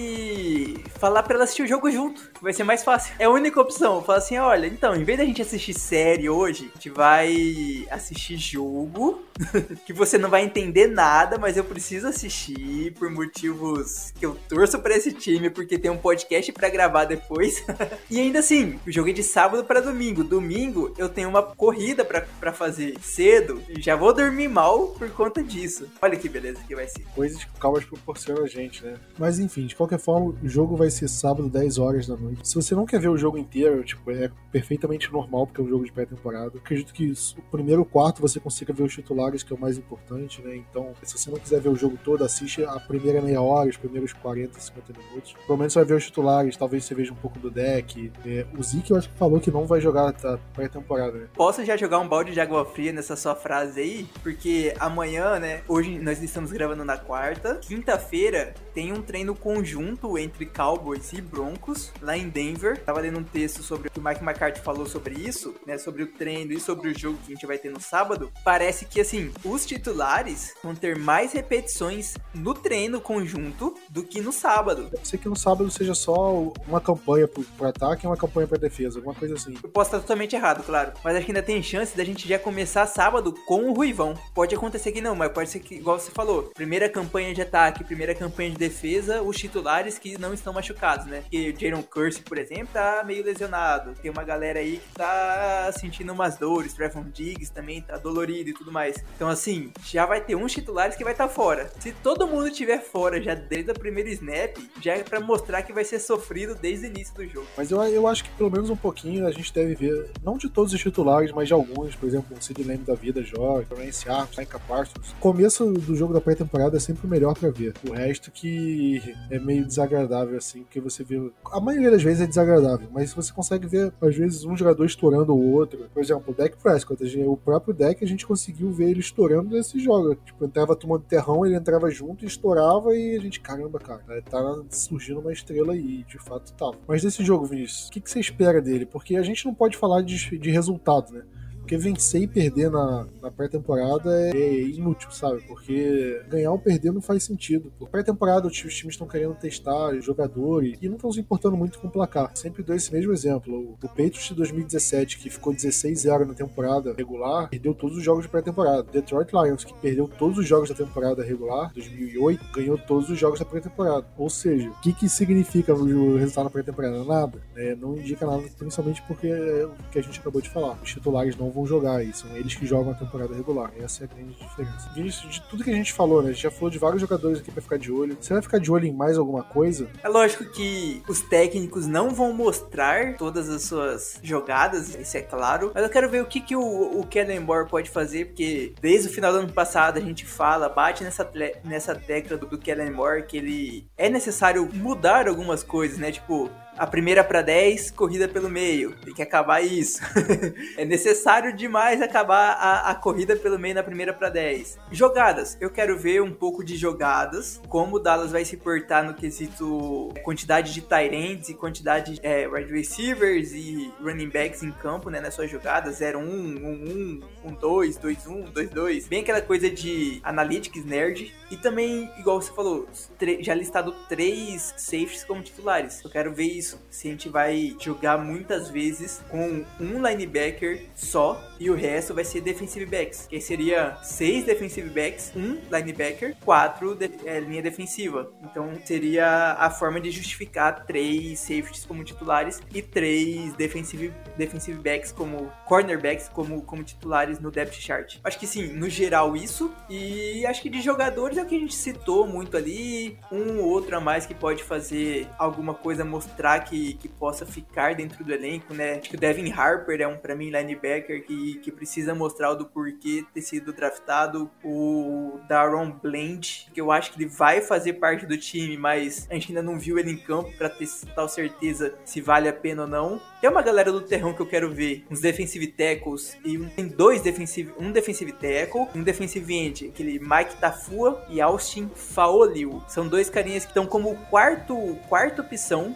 que falar pra ela assistir o jogo junto. Vai ser mais fácil. É a única opção. Falar assim, olha, então, em vez da gente assistir série hoje, a gente vai assistir jogo, que você não vai entender nada, mas eu preciso assistir por motivos que eu torço pra esse time, porque tem um podcast pra gravar depois. E ainda assim, o jogo é de sábado pra domingo. Domingo eu tenho uma corrida pra, pra fazer cedo e já vou dormir mal por conta disso. Olha que beleza que vai ser. Coisas que o Cowboys proporciona a gente, né? Mas enfim, de qualquer forma, o jogo vai ser sábado, dez horas da noite. Se você não quer ver o jogo inteiro, tipo, é perfeitamente normal, porque é um jogo de pré-temporada. Acredito que o primeiro quarto você consiga ver os titulares, que é o mais importante, né? Então, se você não quiser ver o jogo todo, assiste a primeira meia hora, os primeiros quarenta, cinquenta minutos. Pelo menos você vai ver os titulares, talvez você veja um pouco do deck. É, o Zeke, eu acho que falou que não vai jogar a pré-temporada, né? Posso já jogar um balde de água fria nessa sua frase aí? Porque amanhã, né? Hoje nós estamos gravando na quarta. Quinta-feira tem um treino conjunto entre Cowboys e Broncos, lá em Denver. Tava lendo um texto sobre o que o Mike McCarthy falou sobre isso, né? Sobre o treino e sobre o jogo que a gente vai ter no sábado. Parece que, assim, os titulares vão ter mais repetições no treino conjunto do que no sábado. Pode ser que no sábado seja só uma campanha pro, pro ataque e uma campanha pra defesa, alguma coisa assim. Eu posso estar totalmente errado, claro. Mas acho que ainda tem chance da gente já começar sábado com o Ruivão. Pode acontecer que não, mas pode ser que, igual você falou, primeira campanha de ataque, primeira campanha de defesa, os titulares que não estão machucados, né? Porque o Jalen Kearse, por exemplo, tá meio lesionado. Tem uma galera aí que tá sentindo umas dores. Trevon Diggs também tá dolorido e tudo mais. Então, assim, já vai ter uns titulares que vai estar tá fora. Se todo mundo estiver fora já desde a primeira snap, já é pra mostrar que vai ser sofrido desde o início do jogo. Mas eu, eu acho que pelo menos um pouquinho a gente deve ver, não de todos os titulares, mas de alguns. Por exemplo, o Sid Lamb da vida joga, o Rance Arms, Micah Parsons. O começo do jogo da pré-temporada é sempre o melhor pra ver. O resto que é meio desagradável, assim, porque você vê... A maioria das vezes é desagradável, mas você consegue ver, às vezes, um jogador estourando o outro. Por exemplo, o Dak Prescott, o próprio Dak, a gente conseguiu ver ele estourando nesse jogo. Tipo, entrava tomando terrão, ele entrava junto e estourava e a gente, caramba, cara, tá surgindo uma estrela aí, de fato tava. Mas desse jogo, Vinícius, o que, que você espera dele? Porque a gente não pode falar de, de resultado, né? Porque vencer e perder na, na pré-temporada é inútil, sabe? Porque ganhar ou perder não faz sentido. Por pré-temporada, os times estão querendo testar jogadores e não estão se importando muito com o placar. Sempre dou esse mesmo exemplo. O Patriots de dois mil e dezessete, que ficou dezesseis a zero na temporada regular, perdeu todos os jogos de pré-temporada. Detroit Lions, que perdeu todos os jogos da temporada regular, dois mil e oito, ganhou todos os jogos da pré-temporada. Ou seja, o que, que significa o resultado na pré-temporada? Nada. É, não indica nada, principalmente porque é o que a gente acabou de falar. Os titulares não vão jogar isso, são eles que jogam a temporada regular. Essa é a grande diferença. Vinícius, de tudo que a gente falou, né? A gente já falou de vários jogadores aqui pra ficar de olho. Você vai ficar de olho em mais alguma coisa? É lógico que os técnicos não vão mostrar todas as suas jogadas, isso é claro, mas eu quero ver o que, que o, o Kellen Moore pode fazer, porque desde o final do ano passado a gente fala, bate nessa, nessa tecla do, do Kellen Moore, que ele é necessário mudar algumas coisas, né? Tipo, a primeira para dez, corrida pelo meio. Tem que acabar isso. É necessário demais acabar a, a corrida pelo meio na primeira para dez. Jogadas. Eu quero ver um pouco de jogadas. Como o Dallas vai se portar no quesito quantidade de tight ends e quantidade de é, wide receivers e running backs em campo, né? Nas suas jogadas. zero um, um um, um dois, dois um, dois dois. Bem aquela coisa de analytics nerd. E também, igual você falou, já listado três safeties como titulares. Eu quero ver isso. Se a gente vai jogar muitas vezes com um linebacker só e o resto vai ser defensive backs, que seria seis defensive backs, um linebacker, quatro de, é, linha defensiva. Então seria a forma de justificar três safeties como titulares e três defensive, defensive backs como cornerbacks como, como titulares no depth chart. Acho que sim, no geral isso, e acho que de jogadores é o que a gente citou muito ali, um ou outro a mais que pode fazer alguma coisa, mostrar Que, que possa ficar dentro do elenco, né? Acho que o Devin Harper é um, pra mim, linebacker que, que precisa mostrar o do porquê ter sido draftado. O Daron Bland, que eu acho que ele vai fazer parte do time, mas a gente ainda não viu ele em campo pra ter tal certeza se vale a pena ou não. Tem uma galera do terrão que eu quero ver, uns defensive tackles, e um, tem dois defensive, um defensive tackle, um defensive end, aquele Mike Tafua e Austin Faoliu. São dois carinhas que estão como quarto, quarta opção na, nas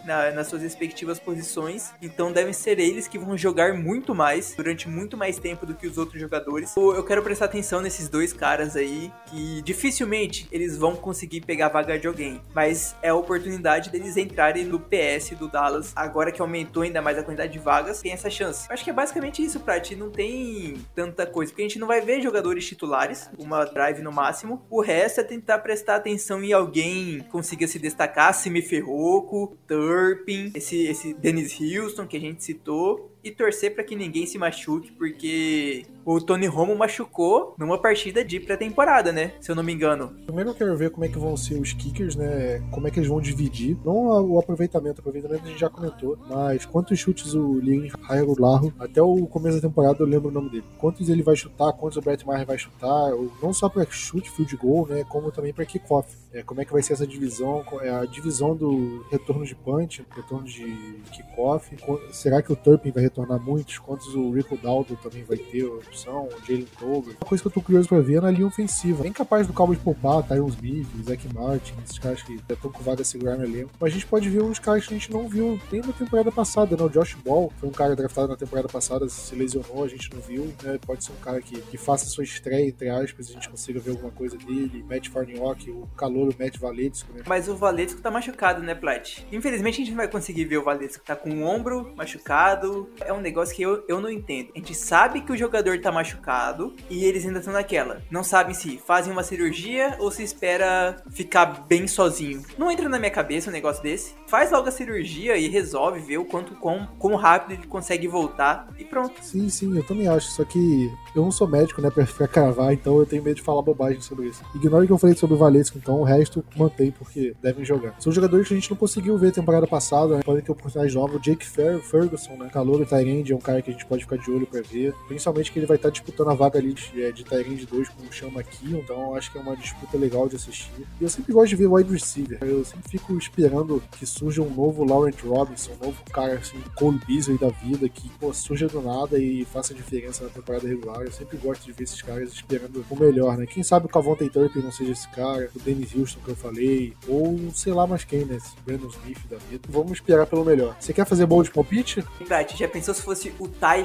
suas respectivas posições, então devem ser eles que vão jogar muito mais, durante muito mais tempo do que os outros jogadores. Eu quero prestar atenção nesses dois caras aí, que dificilmente eles vão conseguir pegar a vaga de alguém, mas é a oportunidade deles entrarem no P S do Dallas, agora que aumentou ainda mais a quantidade de vagas, tem essa chance. Eu acho que é basicamente isso, Prat, não tem tanta coisa, porque a gente não vai ver jogadores titulares, uma drive no máximo, o resto é tentar prestar atenção em alguém que consiga se destacar, Simi Ferroco, Turpin, esse, esse Dennis Houston que a gente citou, e torcer para que ninguém se machuque, porque o Tony Romo machucou numa partida de pré-temporada, né? Se eu não me engano. Primeiro eu quero ver como é que vão ser os kickers, né? Como é que eles vão dividir. Não o aproveitamento, o aproveitamento a gente já comentou, mas quantos chutes o Liam Hairolarro, até o começo da temporada eu lembro o nome dele. Quantos ele vai chutar, quantos o Brett Maher vai chutar, não só para chute, field goal, né? Como também para kickoff. É, como é que vai ser essa divisão, é a divisão do retorno de punch, retorno de kickoff. Será que o Turpin vai retornar muitos? Quantos o Rico Dalton também vai ter a opção? O Jalen Tolbert. Uma coisa que eu tô curioso pra ver é na linha ofensiva. É incapaz do Cowboys poupar, Tyron Smith, Zach Martin, esses caras que já estão com vaga a segurar no elenco. Mas a gente pode ver uns caras que a gente não viu nem na temporada passada, né? O Josh Ball foi um cara draftado na temporada passada, se lesionou, a gente não viu, né? Pode ser um cara que, que faça sua estreia, entre aspas, a gente consiga ver alguma coisa dele. Matt Farniok, o calor, o Matt Valetsco, né? Mas o Valetsco tá machucado, né, Plat? Infelizmente a gente não vai conseguir ver o Valetsco. Tá com o ombro machucado. É um negócio que eu, eu não entendo. A gente sabe que o jogador tá machucado e eles ainda estão naquela. Não sabem se fazem uma cirurgia ou se espera ficar bem sozinho. Não entra na minha cabeça um negócio desse. Faz logo a cirurgia e resolve ver o quanto, quão, quão rápido ele consegue voltar e pronto. Sim, sim, eu também acho. Só que eu não sou médico, né, pra, pra cravar, então eu tenho medo de falar bobagem sobre isso. Ignore o que eu falei sobre o Valetsco, então o resto mantém, porque devem jogar. São jogadores que a gente não conseguiu ver temporada passada, né? Podem ter oportunidade nova. O Jake Fer- Ferguson, né? Calor e Tyrande é um cara que a gente pode ficar de olho pra ver. Principalmente que ele vai estar disputando a vaga ali de, de Tyrande dois com o Sean McKeon, então eu acho que é uma disputa legal de assistir. E eu sempre gosto de ver wide receiver. Eu sempre fico esperando que surja um novo Laurent Robinson, um novo cara assim, Cole Beasley da vida, que pô, surja do nada e faça diferença na temporada regular. Eu sempre gosto de ver esses caras esperando o melhor, né? Quem sabe o Cavonte Turpin não seja esse cara, o Dennis Houston que eu falei, ou sei lá mais quem, né? Esse Brandon Smith da vida. Vamos esperar pelo melhor. Você quer fazer bold palpite? Prat, já pensou se fosse o Ty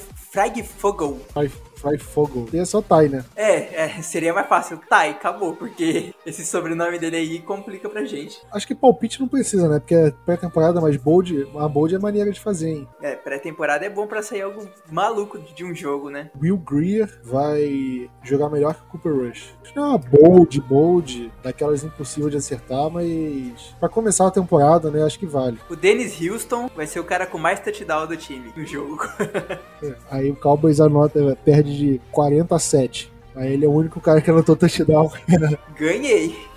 Fragfogel? Fry Fogel. E é só Ty, né? É, é, seria mais fácil. Ty, acabou, porque esse sobrenome dele aí complica pra gente. Acho que palpite não precisa, né? Porque é pré-temporada, mas bold, a bold é maneira de fazer, hein? É, pré-temporada é bom pra sair algo maluco de um jogo, né? Will Greer vai jogar melhor que o Cooper Rush. Acho que não é uma bold, bold, daquelas impossíveis de acertar, mas pra começar a temporada, né? Acho que vale. O Dennis Houston vai ser o cara com mais touchdown do time no jogo. É, aí o Cowboys anota, perde de quarenta a sete. Aí ele é o único cara que anotou touchdown. Ganhei!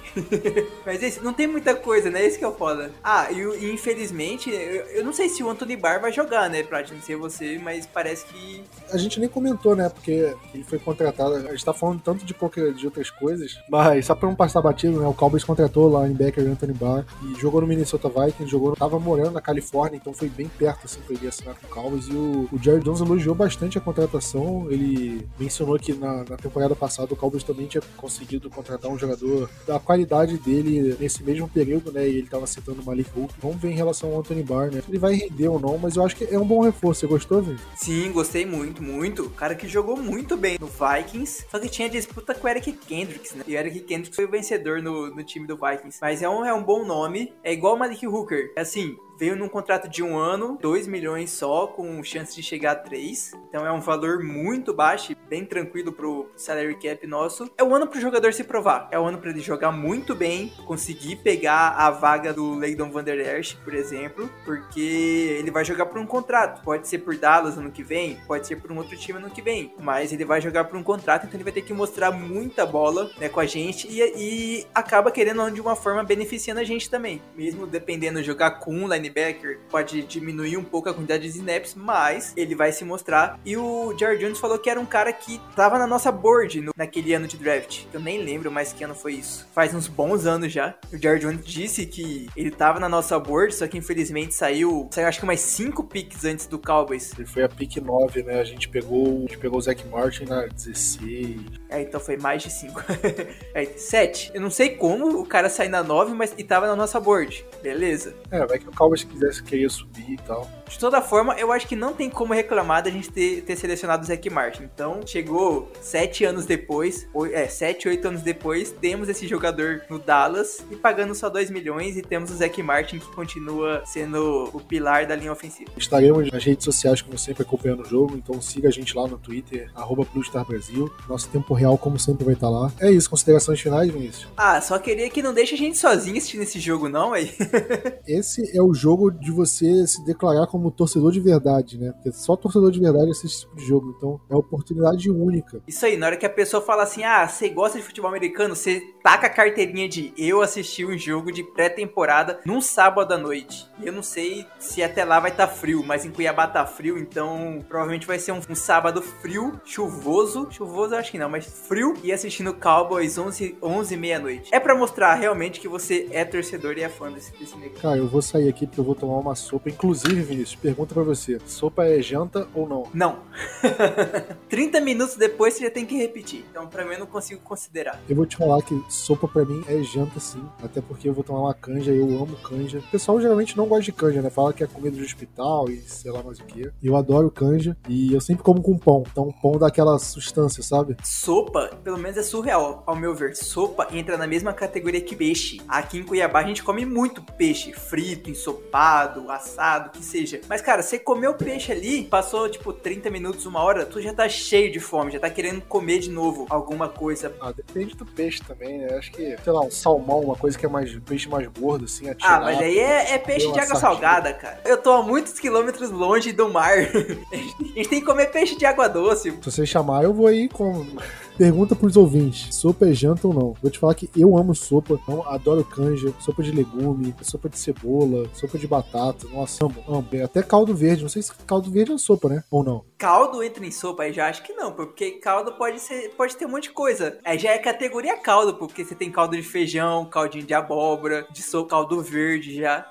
Mas esse, não tem muita coisa, né? Esse que é o foda. Ah, e, e infelizmente, eu, eu não sei se o Anthony Barr vai jogar, né? Pra não ser você, mas parece que... A gente nem comentou, né? Porque ele foi contratado. A gente tá falando tanto de, qualquer, de outras coisas, mas só pra não passar batido, né? O Cowboys contratou lá o linebacker Anthony Barr e jogou no Minnesota Vikings, jogou, tava morando na Califórnia, então foi bem perto, assim, pra ele assinar com o Cowboys. E o, o Jerry Jones elogiou bastante a contratação. Ele mencionou que na, na temporada passada o Cowboys também tinha conseguido contratar um jogador da qualidade dele nesse mesmo período, né? E ele tava citando o Malik Hooker. Vamos ver em relação ao Anthony Barr, né? Ele vai render ou não, mas eu acho que é um bom reforço. Você gostou, Vini? Sim, gostei muito, muito. O cara que jogou muito bem no Vikings, só que tinha disputa com o Eric Kendricks, né? E o Eric Kendricks foi o vencedor no, no time do Vikings. Mas é um, é um bom nome. É igual o Malik Hooker. É assim... Veio num contrato de um ano, dois milhões só, com chance de chegar a três. Então é um valor muito baixo, bem tranquilo pro salary cap nosso. É o ano pro jogador se provar. É o ano pra ele jogar muito bem, conseguir pegar a vaga do Leighton Vander Esch, por exemplo, porque ele vai jogar por um contrato. Pode ser por Dallas ano que vem, pode ser por um outro time ano que vem, mas ele vai jogar por um contrato, então ele vai ter que mostrar muita bola, né, com a gente e, e acaba querendo de uma forma beneficiando a gente também. Mesmo dependendo de jogar com um linebacker, pode diminuir um pouco a quantidade de snaps, mas ele vai se mostrar. E o Jerry Jones falou que era um cara que tava na nossa board no, naquele ano de draft. Eu nem lembro mais que ano foi isso. Faz uns bons anos já. O Jerry Jones disse que ele tava na nossa board, só que infelizmente saiu, saiu acho que mais cinco picks antes do Cowboys. Ele foi a pick nove, né? A gente pegou, a gente pegou o Zach Martin na dezesseis. É, então foi mais de cinco. É, sete. Eu não sei como o cara saiu na nove, mas e tava na nossa board. Beleza. É, vai que o Cowboys Dallas quisesse querer subir e tal. De toda forma, eu acho que não tem como reclamar da gente ter, ter selecionado o Zach Martin. Então, chegou sete anos depois, ou, é, sete, oito anos depois, temos esse jogador no Dallas e pagando só dois milhões e temos o Zach Martin que continua sendo o pilar da linha ofensiva. Estaremos nas redes sociais, como sempre, acompanhando o jogo, então siga a gente lá no Twitter, arroba Plustar Brasil. Nosso tempo real, como sempre, vai estar lá. É isso, considerações finais, Vinícius? Ah, só queria que não deixe a gente sozinho assistindo esse jogo, não, aí. Esse é o jogo de você se declarar como torcedor de verdade, né? Porque só torcedor de verdade assiste esse tipo de jogo, então é oportunidade única. Isso aí, na hora que a pessoa fala assim, ah, você gosta de futebol americano, você taca a carteirinha de eu assisti um jogo de pré-temporada num sábado à noite. E eu não sei se até lá vai estar tá frio, mas em Cuiabá tá frio, então provavelmente vai ser um, um sábado frio, chuvoso, chuvoso eu acho que não, mas frio, e assistindo Cowboys onze, onze e meia-noite. É pra mostrar realmente que você é torcedor e é fã desse, desse negócio. Cara, eu vou sair aqui porque eu vou tomar uma sopa. Inclusive, Vinícius, pergunta pra você, sopa é janta ou não? Não. trinta minutos depois você já tem que repetir, então pra mim eu não consigo considerar. Eu vou te falar que sopa pra mim é janta sim, até porque eu vou tomar uma canja, eu amo canja. O pessoal geralmente não gosta de canja, né? Fala que é comida de hospital e sei lá mais o que. Eu adoro canja e eu sempre como com pão, então pão dá aquela sustância, sabe? Sopa, pelo menos é surreal, ao meu ver. Sopa entra na mesma categoria que peixe. Aqui em Cuiabá a gente come muito peixe, frito, ensopado, assado, que seja. Mas cara, você comeu peixe ali, passou tipo trinta minutos, uma hora, tu já tá cheio de fome, já tá querendo comer de novo alguma coisa. Ah, depende do peixe também, né? Acho que, sei lá, um salmão, uma coisa que é mais peixe mais gordo, assim, atirado. Ah, mas aí é, é peixe de água salgada, cara. Eu tô a muitos quilômetros longe do mar. A gente tem que comer peixe de água doce. Se você chamar, eu vou aí com... Pergunta pros ouvintes, sopa é janta ou não? Vou te falar que eu amo sopa, então adoro canja, sopa de legume, sopa de cebola, sopa de batata, nossa, amo, amo. Até caldo verde, não sei se caldo verde é sopa, né? Ou não? Caldo entra em sopa, aí já acho que não, porque caldo pode ser, pode ter um monte de coisa. Aí já é categoria caldo, porque você tem caldo de feijão, caldinho de abóbora, de sopa, caldo verde já.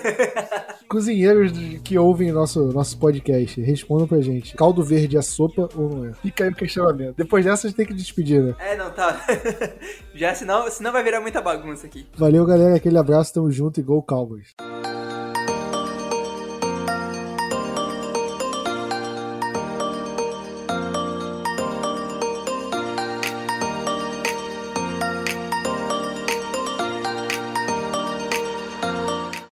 Cozinheiros que ouvem nosso, nosso podcast, respondam pra gente, caldo verde é sopa ou não é? Fica aí o questionamento. Depois dessa a gente tem que despedir, né? É, não, tá. Já, senão, senão vai virar muita bagunça aqui. Valeu, galera. Aquele abraço, tamo junto e Go Cowboys.